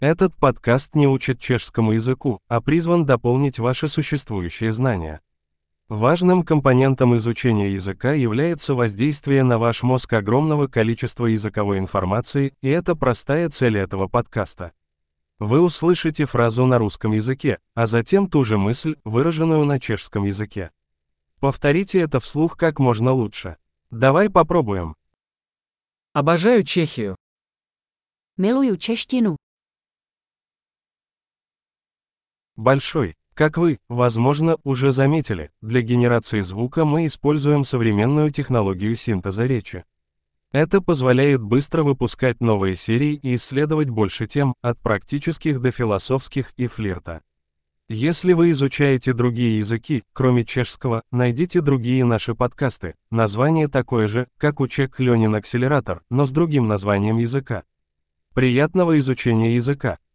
Этот подкаст не учит чешскому языку, а призван дополнить ваши существующие знания. Важным компонентом изучения языка является воздействие на ваш мозг огромного количества языковой информации, и это простая цель этого подкаста. Вы услышите фразу на русском языке, а затем ту же мысль, выраженную на чешском языке. Повторите это вслух как можно лучше. Давай попробуем. Обожаю Чехию. Miluju češtinu. Большой. Как вы, возможно, уже заметили, для генерации звука мы используем современную технологию синтеза речи. Это позволяет быстро выпускать новые серии и исследовать больше тем, от практических до философских и флирта. Если вы изучаете другие языки, кроме чешского, найдите другие наши подкасты. Название такое же, как у Czech Learning Accelerator, но с другим названием языка. Приятного изучения языка!